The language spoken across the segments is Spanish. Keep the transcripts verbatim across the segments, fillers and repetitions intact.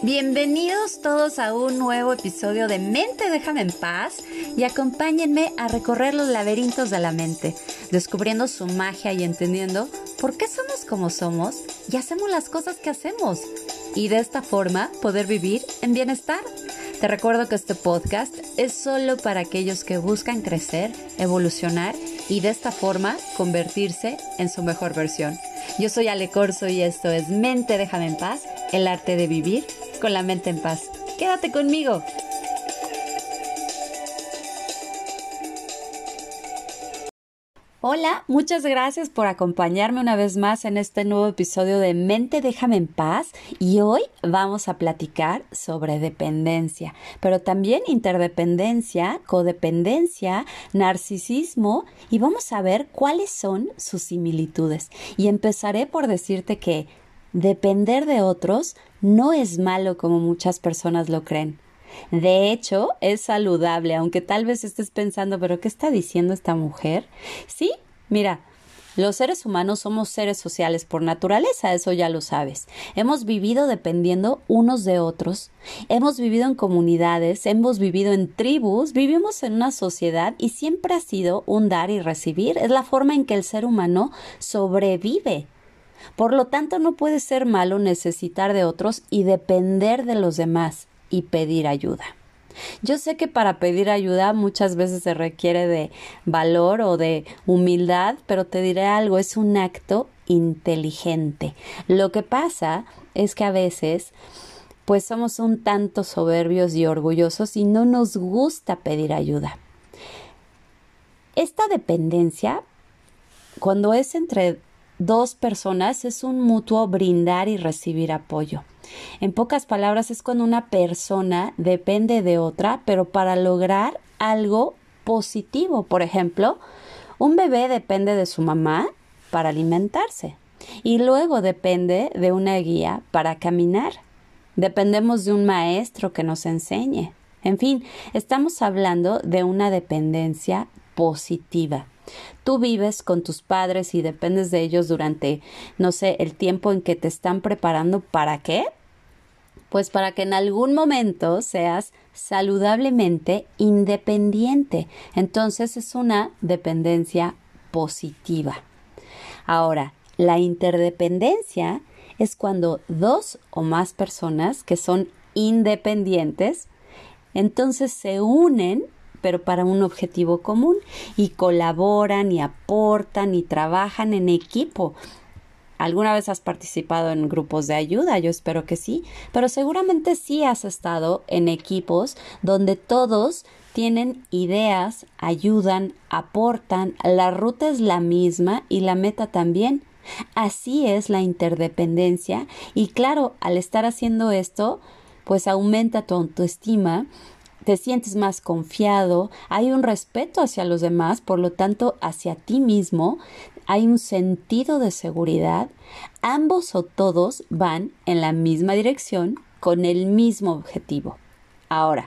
Bienvenidos todos a un nuevo episodio de Mente Déjame en Paz y acompáñenme a recorrer los laberintos de la mente, descubriendo su magia y entendiendo por qué somos como somos y hacemos las cosas que hacemos y de esta forma poder vivir en bienestar. Te recuerdo que este podcast es solo para aquellos que buscan crecer, evolucionar y de esta forma convertirse en su mejor versión. Yo soy Ale Corzo y esto es Mente Déjame en Paz, el arte de vivir con la mente en paz. Quédate conmigo. Hola, muchas gracias por acompañarme una vez más en este nuevo episodio de Mente Déjame en Paz y hoy vamos a platicar sobre dependencia, pero también interdependencia, codependencia, narcisismo y vamos a ver cuáles son sus similitudes. Y empezaré por decirte que depender de otros no es malo como muchas personas lo creen. De hecho, es saludable, aunque tal vez estés pensando, ¿pero qué está diciendo esta mujer? Sí, mira, los seres humanos somos seres sociales por naturaleza, eso ya lo sabes. Hemos vivido dependiendo unos de otros, hemos vivido en comunidades, hemos vivido en tribus, vivimos en una sociedad y siempre ha sido un dar y recibir. Es la forma en que el ser humano sobrevive. Por lo tanto, no puede ser malo necesitar de otros y depender de los demás y pedir ayuda. Yo sé que para pedir ayuda muchas veces se requiere de valor o de humildad, pero te diré algo, es un acto inteligente. Lo que pasa es que a veces pues somos un tanto soberbios y orgullosos y no nos gusta pedir ayuda. Esta dependencia, cuando es entre dos personas, es un mutuo brindar y recibir apoyo. En pocas palabras, es cuando una persona depende de otra, pero para lograr algo positivo. Por ejemplo, un bebé depende de su mamá para alimentarse y luego depende de una guía para caminar. Dependemos de un maestro que nos enseñe. En fin, estamos hablando de una dependencia positiva. Tú vives con tus padres y dependes de ellos durante, no sé, el tiempo en que te están preparando. ¿Para qué? Pues para que en algún momento seas saludablemente independiente. Entonces es una dependencia positiva. Ahora, la interdependencia es cuando dos o más personas que son independientes, entonces se unen pero para un objetivo común y colaboran y aportan y trabajan en equipo. ¿Alguna vez has participado en grupos de ayuda? Yo espero que sí, pero seguramente sí has estado en equipos donde todos tienen ideas, ayudan, aportan, la ruta es la misma y la meta también. Así es la interdependencia y claro, al estar haciendo esto, pues aumenta tu autoestima, te sientes más confiado, hay un respeto hacia los demás, por lo tanto hacia ti mismo, hay un sentido de seguridad, ambos o todos van en la misma dirección con el mismo objetivo. Ahora,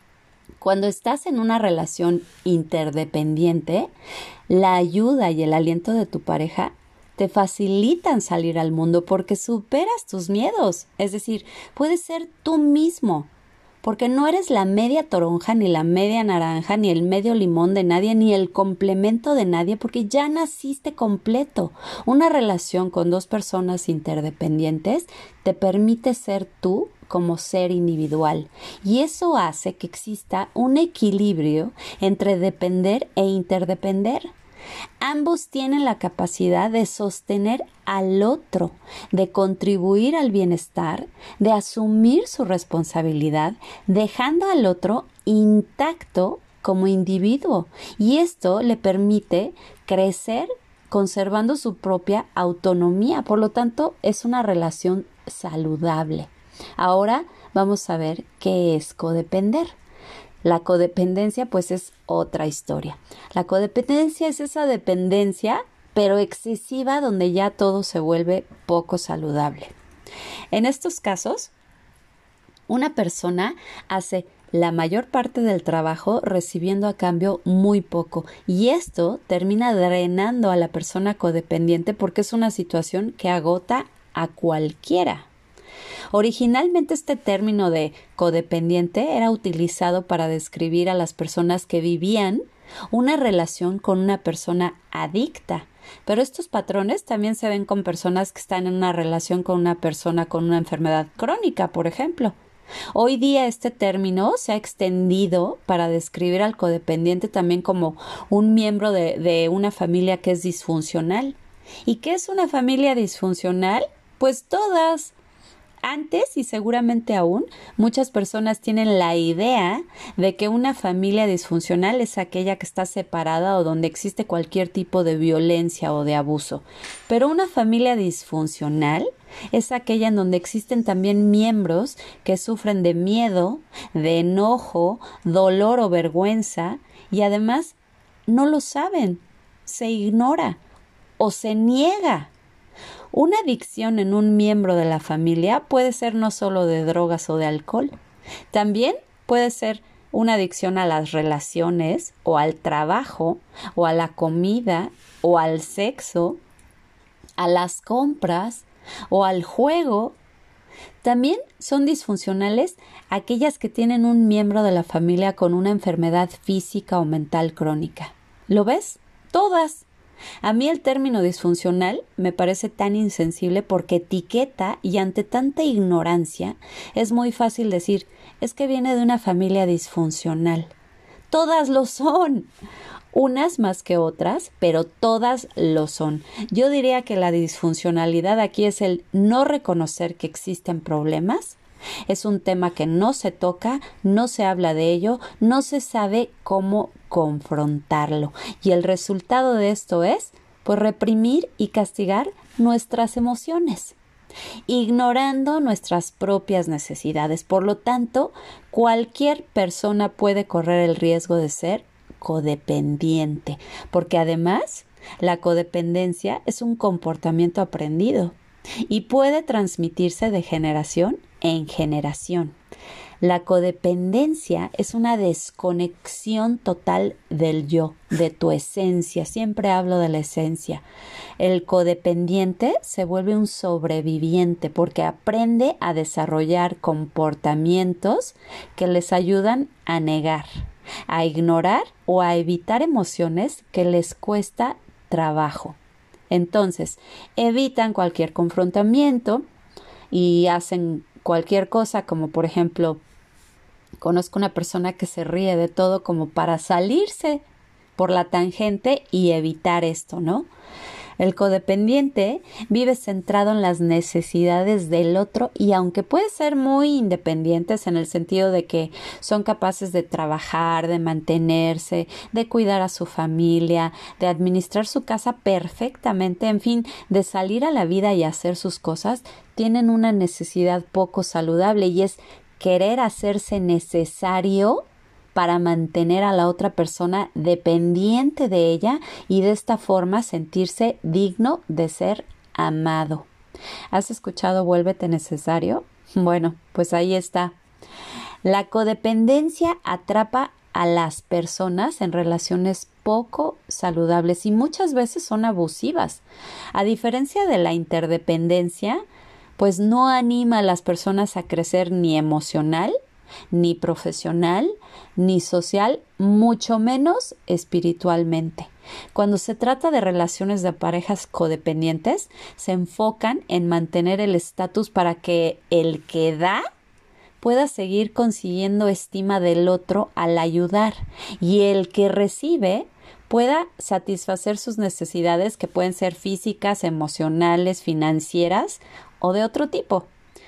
cuando estás en una relación interdependiente, la ayuda y el aliento de tu pareja te facilitan salir al mundo porque superas tus miedos, es decir, puedes ser tú mismo. Porque no eres la media toronja, ni la media naranja, ni el medio limón de nadie, ni el complemento de nadie, porque ya naciste completo. Una relación con dos personas interdependientes te permite ser tú como ser individual. Y eso hace que exista un equilibrio entre depender e interdepender. Ambos tienen la capacidad de sostener al otro, de contribuir al bienestar, de asumir su responsabilidad, dejando al otro intacto como individuo. Y esto le permite crecer conservando su propia autonomía. Por lo tanto, es una relación saludable. Ahora vamos a ver qué es codepender. La codependencia pues es otra historia. La codependencia es esa dependencia pero excesiva donde ya todo se vuelve poco saludable. En estos casos, una persona hace la mayor parte del trabajo recibiendo a cambio muy poco y esto termina drenando a la persona codependiente porque es una situación que agota a cualquiera. Originalmente este término de codependiente era utilizado para describir a las personas que vivían una relación con una persona adicta. Pero estos patrones también se ven con personas que están en una relación con una persona con una enfermedad crónica, por ejemplo. Hoy día este término se ha extendido para describir al codependiente también como un miembro de, de una familia que es disfuncional. ¿Y qué es una familia disfuncional? Pues todas. Antes y seguramente aún, muchas personas tienen la idea de que una familia disfuncional es aquella que está separada o donde existe cualquier tipo de violencia o de abuso. Pero una familia disfuncional es aquella en donde existen también miembros que sufren de miedo, de enojo, dolor o vergüenza y además no lo saben, se ignora o se niega. Una adicción en un miembro de la familia puede ser no solo de drogas o de alcohol, también puede ser una adicción a las relaciones o al trabajo o a la comida o al sexo, a las compras o al juego. También son disfuncionales aquellas que tienen un miembro de la familia con una enfermedad física o mental crónica. ¿Lo ves? Todas. A mí el término disfuncional me parece tan insensible porque etiqueta y ante tanta ignorancia es muy fácil decir, es que viene de una familia disfuncional. Todas lo son. Unas más que otras, pero todas lo son. Yo diría que la disfuncionalidad aquí es el no reconocer que existen problemas. Es un tema que no se toca, no se habla de ello, no se sabe cómo confrontarlo. Y el resultado de esto es, pues, reprimir y castigar nuestras emociones, ignorando nuestras propias necesidades. Por lo tanto, cualquier persona puede correr el riesgo de ser codependiente, porque además la codependencia es un comportamiento aprendido y puede transmitirse de generación en generación. La codependencia es una desconexión total del yo, de tu esencia. Siempre hablo de la esencia. El codependiente se vuelve un sobreviviente porque aprende a desarrollar comportamientos que les ayudan a negar, a ignorar o a evitar emociones que les cuesta trabajo. Entonces, evitan cualquier confrontamiento y hacen cualquier cosa, como por ejemplo, conozco una persona que se ríe de todo como para salirse por la tangente y evitar esto, ¿no? El codependiente vive centrado en las necesidades del otro y aunque puede ser muy independientes en el sentido de que son capaces de trabajar, de mantenerse, de cuidar a su familia, de administrar su casa perfectamente, en fin, de salir a la vida y hacer sus cosas, tienen una necesidad poco saludable y es querer hacerse necesario para mantener a la otra persona dependiente de ella y de esta forma sentirse digno de ser amado. ¿Has escuchado Vuélvete necesario? Bueno, pues ahí está. La codependencia atrapa a las personas en relaciones poco saludables y muchas veces son abusivas. A diferencia de la interdependencia, pues no anima a las personas a crecer ni emocional, ni profesional, ni social, mucho menos espiritualmente. Cuando se trata de relaciones de parejas codependientes, se enfocan en mantener el estatus para que el que da pueda seguir consiguiendo estima del otro al ayudar y el que recibe pueda satisfacer sus necesidades que pueden ser físicas, emocionales, financieras o de otro tipo.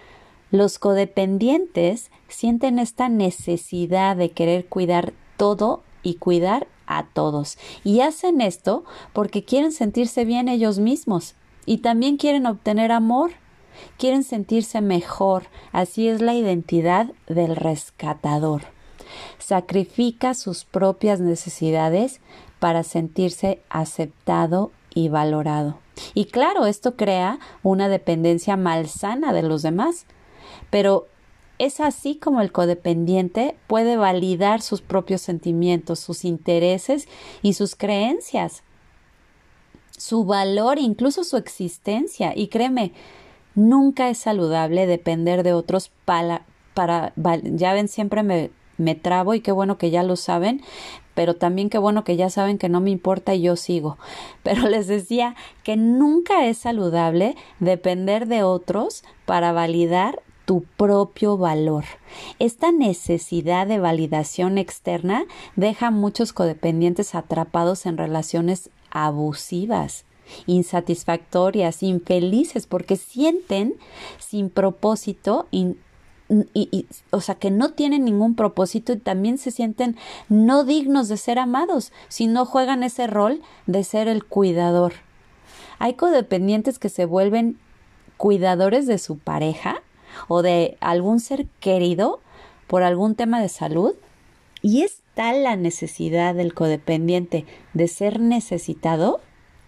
Los codependientes sienten esta necesidad de querer cuidar todo y cuidar a todos. Y hacen esto porque quieren sentirse bien ellos mismos y también quieren obtener amor, quieren sentirse mejor. Así es la identidad del rescatador. Sacrifica sus propias necesidades para sentirse aceptado y valorado. Y claro, esto crea una dependencia malsana de los demás. Pero es así como el codependiente puede validar sus propios sentimientos, sus intereses y sus creencias, su valor, incluso su existencia. Y créeme, Nunca es saludable depender de otros para, para ya ven, siempre me, me trabo y qué bueno que ya lo saben, pero también qué bueno que ya saben que no me importa y yo sigo. Pero les decía que nunca es saludable depender de otros para validar tu propio valor. Esta necesidad de validación externa deja a muchos codependientes atrapados en relaciones abusivas, insatisfactorias, infelices, porque sienten sin propósito y Y, y, o sea, que no tienen ningún propósito y también se sienten no dignos de ser amados si no juegan ese rol de ser el cuidador. Hay codependientes que se vuelven cuidadores de su pareja o de algún ser querido por algún tema de salud, y es tal la necesidad del codependiente de ser necesitado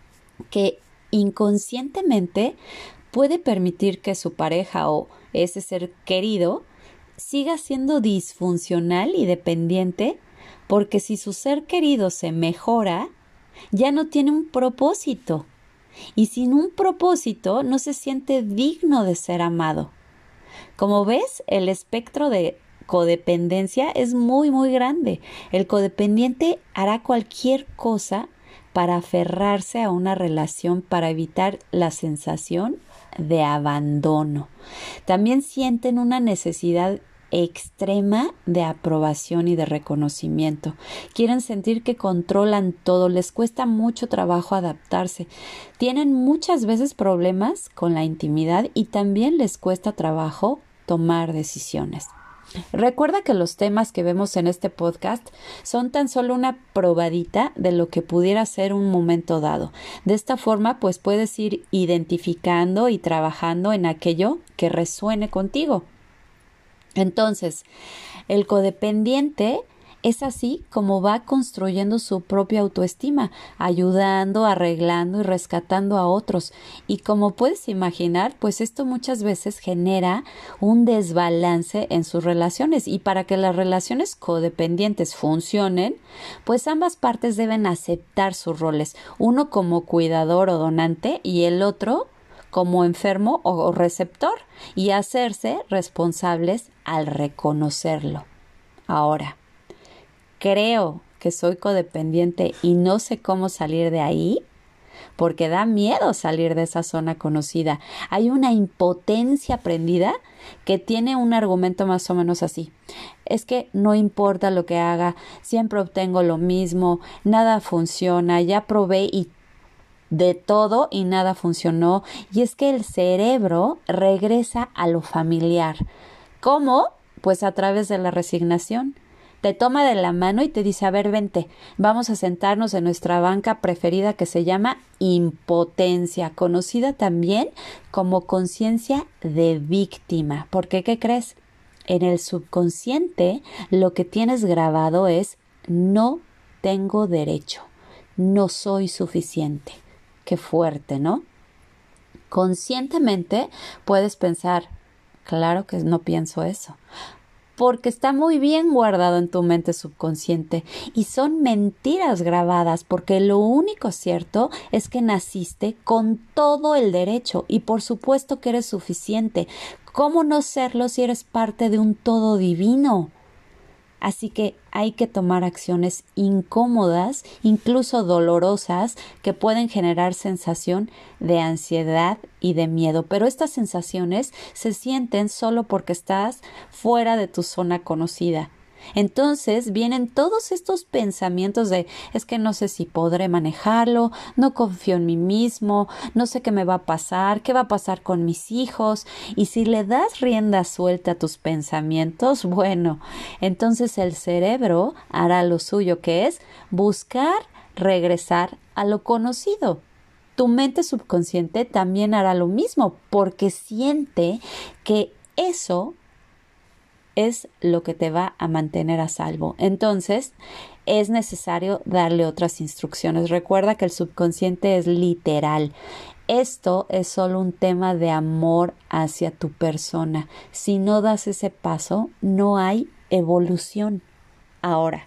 que inconscientemente puede permitir que su pareja o ese ser querido siga siendo disfuncional y dependiente, porque si su ser querido se mejora, ya no tiene un propósito, y sin un propósito no se siente digno de ser amado. Como ves, el espectro de codependencia es muy muy grande. El codependiente hará cualquier cosa para aferrarse a una relación para evitar la sensación de abandono. También sienten una necesidad extrema de aprobación y de reconocimiento. Quieren sentir que controlan todo, les cuesta mucho trabajo adaptarse. Tienen muchas veces problemas con la intimidad y también les cuesta trabajo tomar decisiones. Recuerda que los temas que vemos en este podcast son tan solo una probadita de lo que pudiera ser un momento dado. De esta forma, pues puedes ir identificando y trabajando en aquello que resuene contigo. Entonces, el codependiente es así como va construyendo su propia autoestima, ayudando, arreglando y rescatando a otros. Y como puedes imaginar, pues esto muchas veces genera un desbalance en sus relaciones. Y para que las relaciones codependientes funcionen, pues ambas partes deben aceptar sus roles, uno como cuidador o donante y el otro como enfermo o receptor, y hacerse responsables al reconocerlo. Ahora, creo que soy codependiente y no sé cómo salir de ahí, porque da miedo salir de esa zona conocida. Hay una impotencia aprendida que tiene un argumento más o menos así. Es que no importa lo que haga, siempre obtengo lo mismo, nada funciona, ya probé y de todo y nada funcionó. Y es que el cerebro regresa a lo familiar. ¿Cómo? Pues a través de la resignación. Te toma de la mano y te dice, a ver, vente, vamos a sentarnos en nuestra banca preferida que se llama impotencia, conocida también como conciencia de víctima. Porque, ¿qué crees? En el subconsciente lo que tienes grabado es no tengo derecho, no soy suficiente. Qué fuerte, ¿no? Conscientemente puedes pensar, claro que no pienso eso, porque está muy bien guardado en tu mente subconsciente y son mentiras grabadas, porque lo único cierto es que naciste con todo el derecho y por supuesto que eres suficiente. ¿Cómo no serlo si eres parte de un todo divino? Así que hay que tomar acciones incómodas, incluso dolorosas, que pueden generar sensación de ansiedad y de miedo. Pero estas sensaciones se sienten solo porque estás fuera de tu zona conocida. Entonces vienen todos estos pensamientos de es que no sé si podré manejarlo, no confío en mí mismo, no sé qué me va a pasar, qué va a pasar con mis hijos. Y si le das rienda suelta a tus pensamientos, bueno, entonces el cerebro hará lo suyo, que es buscar regresar a lo conocido. Tu mente subconsciente también hará lo mismo porque siente que eso es lo que te va a mantener a salvo. Entonces, es necesario darle otras instrucciones. Recuerda que el subconsciente es literal. Esto es solo un tema de amor hacia tu persona. Si no das ese paso, no hay evolución. Ahora,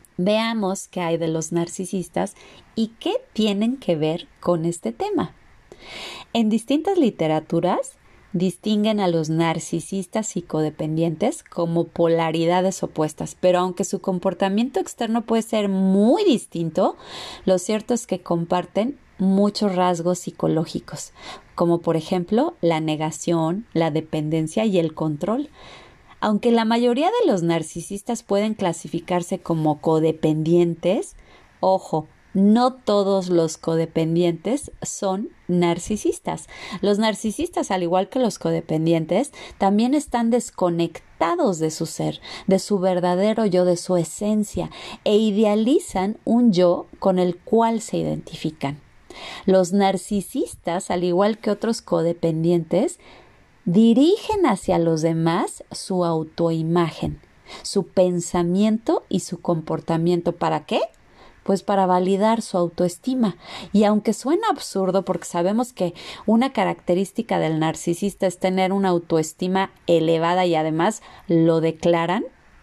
veamos qué hay de los narcisistas y qué tienen que ver con este tema. En distintas literaturas distinguen a los narcisistas y codependientes como polaridades opuestas, pero aunque su comportamiento externo puede ser muy distinto, lo cierto es que comparten muchos rasgos psicológicos, como por ejemplo la negación, la dependencia y el control. Aunque la mayoría de los narcisistas pueden clasificarse como codependientes, ojo, no todos los codependientes son narcisistas. Los narcisistas, al igual que los codependientes, también están desconectados de su ser, de su verdadero yo, de su esencia, e idealizan un yo con el cual se identifican. Los narcisistas, al igual que otros codependientes, dirigen hacia los demás su autoimagen, su pensamiento y su comportamiento. ¿Para qué? Pues para validar su autoestima. Y aunque suena absurdo, porque sabemos que una característica del narcisista es tener una autoestima elevada y además lo declaran,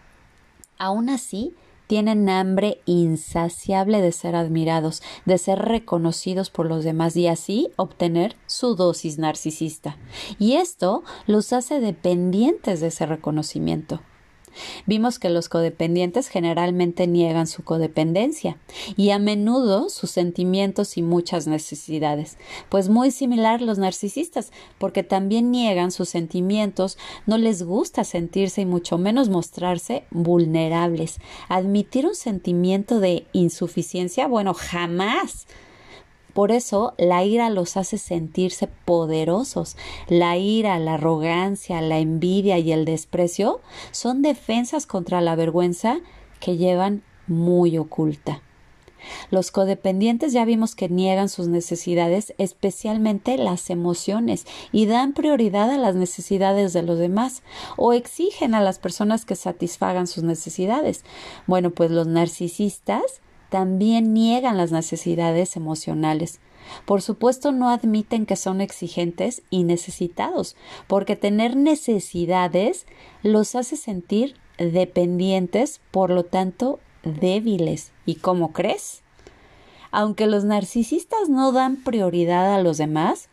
aún así tienen hambre insaciable de ser admirados, de ser reconocidos por los demás y así obtener su dosis narcisista. Y esto los hace dependientes de ese reconocimiento. Vimos que los codependientes generalmente niegan su codependencia y a menudo sus sentimientos y muchas necesidades. Pues muy similar los narcisistas, porque también niegan sus sentimientos, no les gusta sentirse y mucho menos mostrarse vulnerables. Admitir un sentimiento de insuficiencia, bueno, jamás. Por eso la ira los hace sentirse poderosos. La ira, la arrogancia, la envidia y el desprecio son defensas contra la vergüenza que llevan muy oculta. Los codependientes ya vimos que niegan sus necesidades, especialmente las emociones, y dan prioridad a las necesidades de los demás o exigen a las personas que satisfagan sus necesidades. Bueno, pues los narcisistas también niegan las necesidades emocionales. Por supuesto, no admiten que son exigentes y necesitados, porque tener necesidades los hace sentir dependientes, por lo tanto, débiles. ¿Y cómo crees? Aunque los narcisistas no dan prioridad a los demás,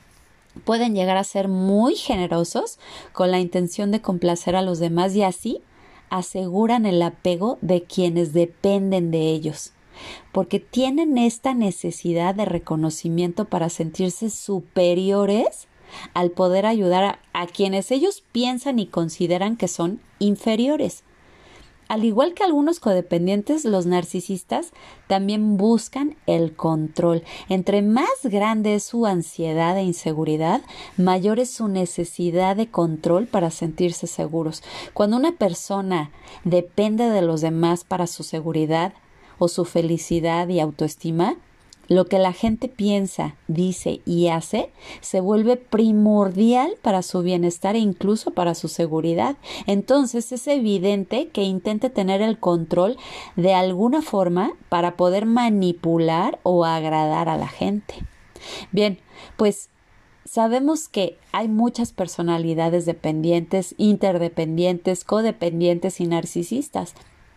pueden llegar a ser muy generosos con la intención de complacer a los demás y así aseguran el apego de quienes dependen de ellos, porque tienen esta necesidad de reconocimiento para sentirse superiores al poder ayudar a, a quienes ellos piensan y consideran que son inferiores. Al igual que algunos codependientes, los narcisistas también buscan el control. Entre más grande es su ansiedad e inseguridad, mayor es su necesidad de control para sentirse seguros. Cuando una persona depende de los demás para su seguridad o su felicidad y autoestima, lo que la gente piensa, dice y hace se vuelve primordial para su bienestar e incluso para su seguridad. Entonces es evidente que intente tener el control de alguna forma para poder manipular o agradar a la gente. Bien, pues sabemos que hay muchas personalidades dependientes, interdependientes, codependientes y narcisistas.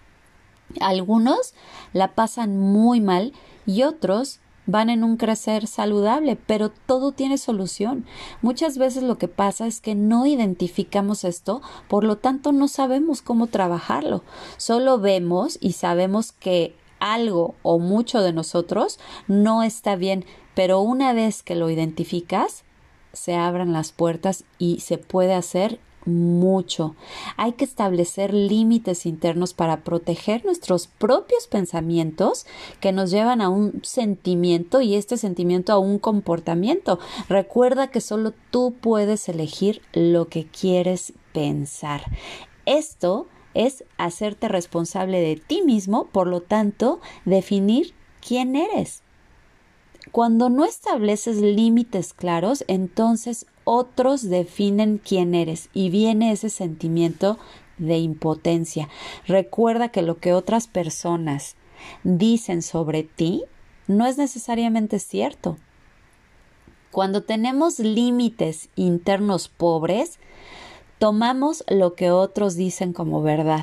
Algunos la pasan muy mal y otros van en un crecer saludable, pero todo tiene solución. Muchas veces lo que pasa es que no identificamos esto, por lo tanto no sabemos cómo trabajarlo. Solo vemos y sabemos que algo o mucho de nosotros no está bien, pero una vez que lo identificas, se abren las puertas y se puede hacer mucho. Hay que establecer límites internos para proteger nuestros propios pensamientos que nos llevan a un sentimiento y este sentimiento a un comportamiento. Recuerda que solo tú puedes elegir lo que quieres pensar. Esto es hacerte responsable de ti mismo, por lo tanto, definir quién eres. Cuando no estableces límites claros, entonces otros definen quién eres y viene ese sentimiento de impotencia. Recuerda que lo que otras personas dicen sobre ti no es necesariamente cierto. Cuando tenemos límites internos pobres, tomamos lo que otros dicen como verdad.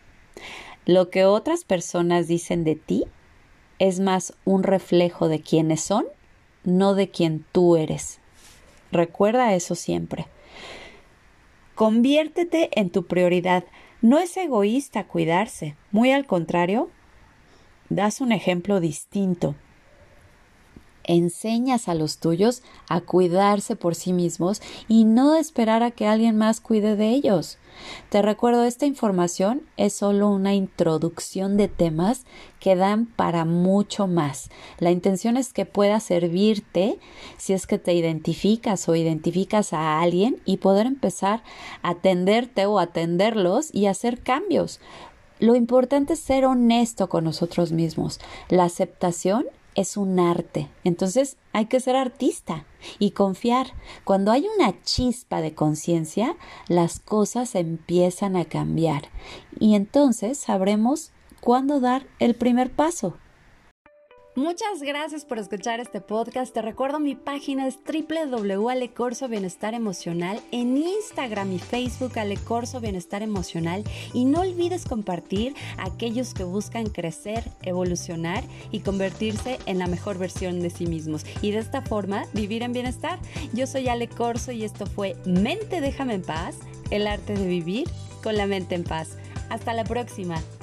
Lo que otras personas dicen de ti es más un reflejo de quiénes son no de quien tú eres. Recuerda eso siempre. Conviértete en tu prioridad. No es egoísta cuidarse. Muy al contrario, das un ejemplo distinto. Enseñas a los tuyos a cuidarse por sí mismos y no esperar a que alguien más cuide de ellos. Te recuerdo, esta información es solo una introducción de temas que dan para mucho más. La intención es que pueda servirte si es que te identificas o identificas a alguien y poder empezar a atenderte o atenderlos y hacer cambios. Lo importante es ser honesto con nosotros mismos. La aceptación es un arte, entonces hay que ser artista y confiar. Cuando hay una chispa de conciencia, las cosas empiezan a cambiar y entonces sabremos cuándo dar el primer paso. Muchas gracias por escuchar este podcast. Te recuerdo, mi página es doble u doble u doble u punto ale corso bienestar emocional, en Instagram y Facebook Ale Corso Bienestar Emocional, y no olvides compartir a aquellos que buscan crecer, evolucionar y convertirse en la mejor versión de sí mismos y de esta forma vivir en bienestar. Yo soy Ale Corso y esto fue Mente Déjame en Paz, el arte de vivir con la mente en paz. Hasta la próxima.